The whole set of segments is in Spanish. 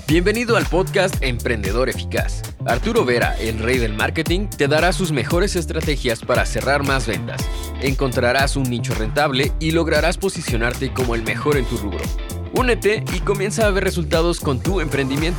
Bienvenido al podcast Emprendedor Eficaz. Arturo Vera, el rey del marketing, te dará sus mejores estrategias para cerrar más ventas. Encontrarás un nicho rentable y lograrás posicionarte como el mejor en tu rubro. Únete y comienza a ver resultados con tu emprendimiento.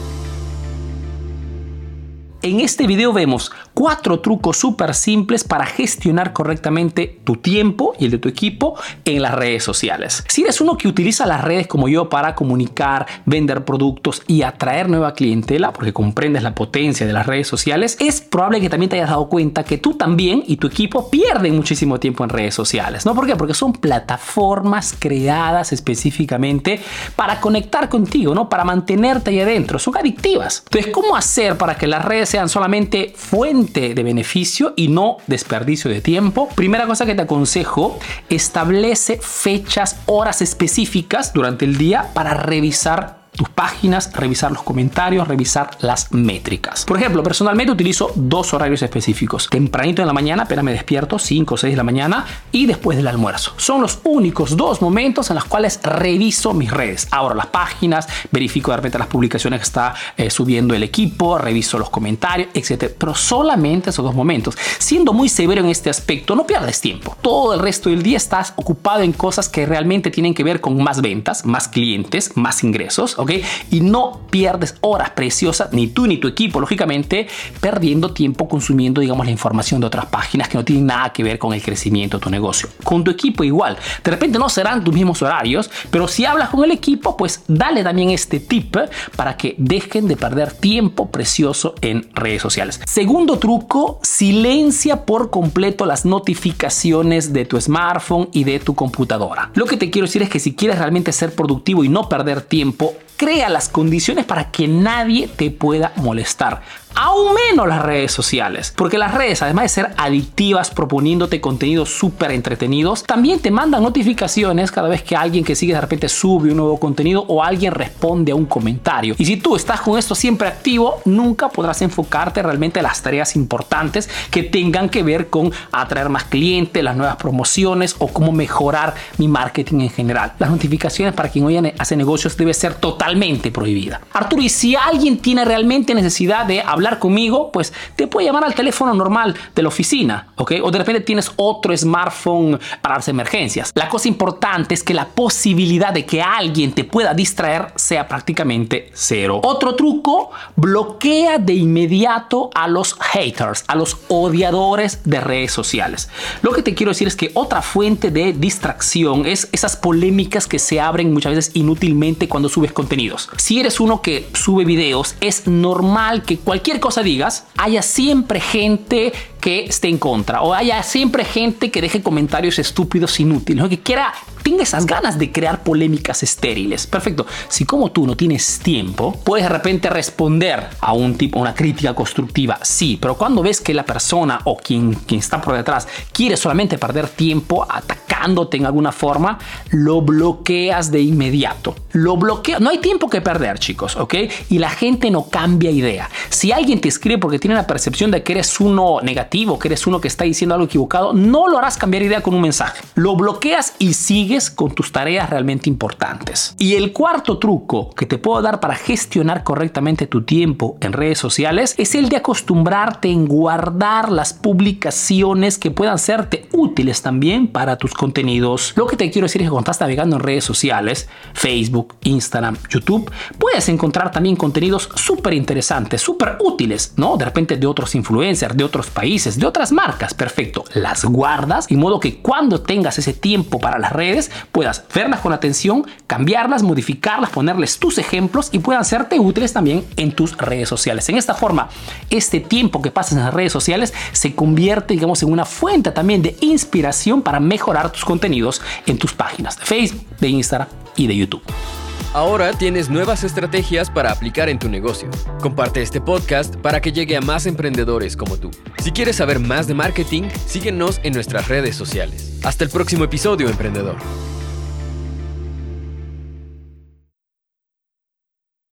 En este video vemos 4 trucos súper simples para gestionar correctamente tu tiempo y el de tu equipo en las redes sociales. Si eres uno que utiliza las redes como yo para comunicar, vender productos y atraer nueva clientela, porque comprendes la potencia de las redes sociales, es probable que también te hayas dado cuenta que tú también y tu equipo pierden muchísimo tiempo en redes sociales, ¿no? ¿Por qué? Porque son plataformas creadas específicamente para conectar contigo, ¿no? Para mantenerte ahí adentro. Son adictivas. Entonces, ¿cómo hacer para que las redes sean solamente fuente de beneficio y no desperdicio de tiempo? Primera cosa que te aconsejo, establece fechas, horas específicas durante el día para revisar tus páginas, revisar los comentarios, revisar las métricas. Por ejemplo, personalmente utilizo 2 horarios específicos. Tempranito en la mañana, apenas me despierto, 5 o 6 de la mañana, y después del almuerzo. Son los únicos 2 momentos en los cuales reviso mis redes. Abro las páginas, verifico de repente las publicaciones que está subiendo el equipo, reviso los comentarios, etc. Pero solamente esos 2 momentos. Siendo muy severo en este aspecto, no pierdes tiempo. Todo el resto del día estás ocupado en cosas que realmente tienen que ver con más ventas, más clientes, más ingresos, ¿ok? Y no pierdes horas preciosas, ni tú ni tu equipo, lógicamente, perdiendo tiempo consumiendo, digamos, la información de otras páginas que no tienen nada que ver con el crecimiento de tu negocio. Con tu equipo igual. De repente no serán tus mismos horarios, pero si hablas con el equipo, pues dale también este tip para que dejen de perder tiempo precioso en redes sociales. Segundo truco, silencia por completo las notificaciones de tu smartphone y de tu computadora. Lo que te quiero decir es que si quieres realmente ser productivo y no perder tiempo, crea las condiciones para que nadie te pueda molestar. Aún menos las redes sociales, porque las redes, además de ser adictivas proponiéndote contenidos súper entretenidos, también te mandan notificaciones cada vez que alguien que sigue de repente sube un nuevo contenido o alguien responde a un comentario. Y si tú estás con esto siempre activo, nunca podrás enfocarte realmente en las tareas importantes que tengan que ver con atraer más clientes, las nuevas promociones o cómo mejorar mi marketing en general. Las notificaciones para quien hoy hace negocios debe ser totalmente prohibida. Arturo, y si alguien tiene realmente necesidad de hablar conmigo, pues te puede llamar al teléfono normal de la oficina, ¿ok? O de repente tienes otro smartphone para las emergencias. La cosa importante es que la posibilidad de que alguien te pueda distraer sea prácticamente cero. Otro truco, bloquea de inmediato a los haters, a los odiadores de redes sociales. Lo que te quiero decir es que otra fuente de distracción es esas polémicas que se abren muchas veces inútilmente cuando subes contenidos. Si eres uno que sube videos, es normal que cualquier cosa digas, haya siempre gente que esté en contra o haya siempre gente que deje comentarios estúpidos, inútiles, ¿no? Que tenga esas ganas de crear polémicas estériles. Perfecto. Si como tú no tienes tiempo, puedes de repente responder a una crítica constructiva, sí, pero cuando ves que la persona o quien está por detrás quiere solamente perder tiempo atacándote en alguna forma, lo bloqueas de inmediato. Lo bloqueas. No hay tiempo que perder, chicos, ¿ok? Y la gente no cambia idea. Si alguien te escribe porque tiene la percepción de que eres uno negativo, que eres uno que está diciendo algo equivocado, no lo harás cambiar idea con un mensaje. Lo bloqueas y sigues con tus tareas realmente importantes. Y el cuarto truco que te puedo dar para gestionar correctamente tu tiempo en redes sociales es el de acostumbrarte en guardar las publicaciones que puedan serte útiles también para tus contenidos. Lo que te quiero decir es que cuando estás navegando en redes sociales, Facebook, Instagram, YouTube, puedes encontrar también contenidos súper interesantes, súper útiles, ¿no? De repente de otros influencers, de otros países, de otras marcas. Perfecto. Las guardas de modo que cuando tengas ese tiempo para las redes puedas verlas con atención, cambiarlas, modificarlas, ponerles tus ejemplos y puedan serte útiles también en tus redes sociales. En esta forma, este tiempo que pasas en las redes sociales se convierte, digamos, en una fuente también de inspiración para mejorar tus contenidos en tus páginas de Facebook, de Instagram y de YouTube. Ahora tienes nuevas estrategias para aplicar en tu negocio. Comparte este podcast para que llegue a más emprendedores como tú. Si quieres saber más de marketing, síguenos en nuestras redes sociales. Hasta el próximo episodio, emprendedor.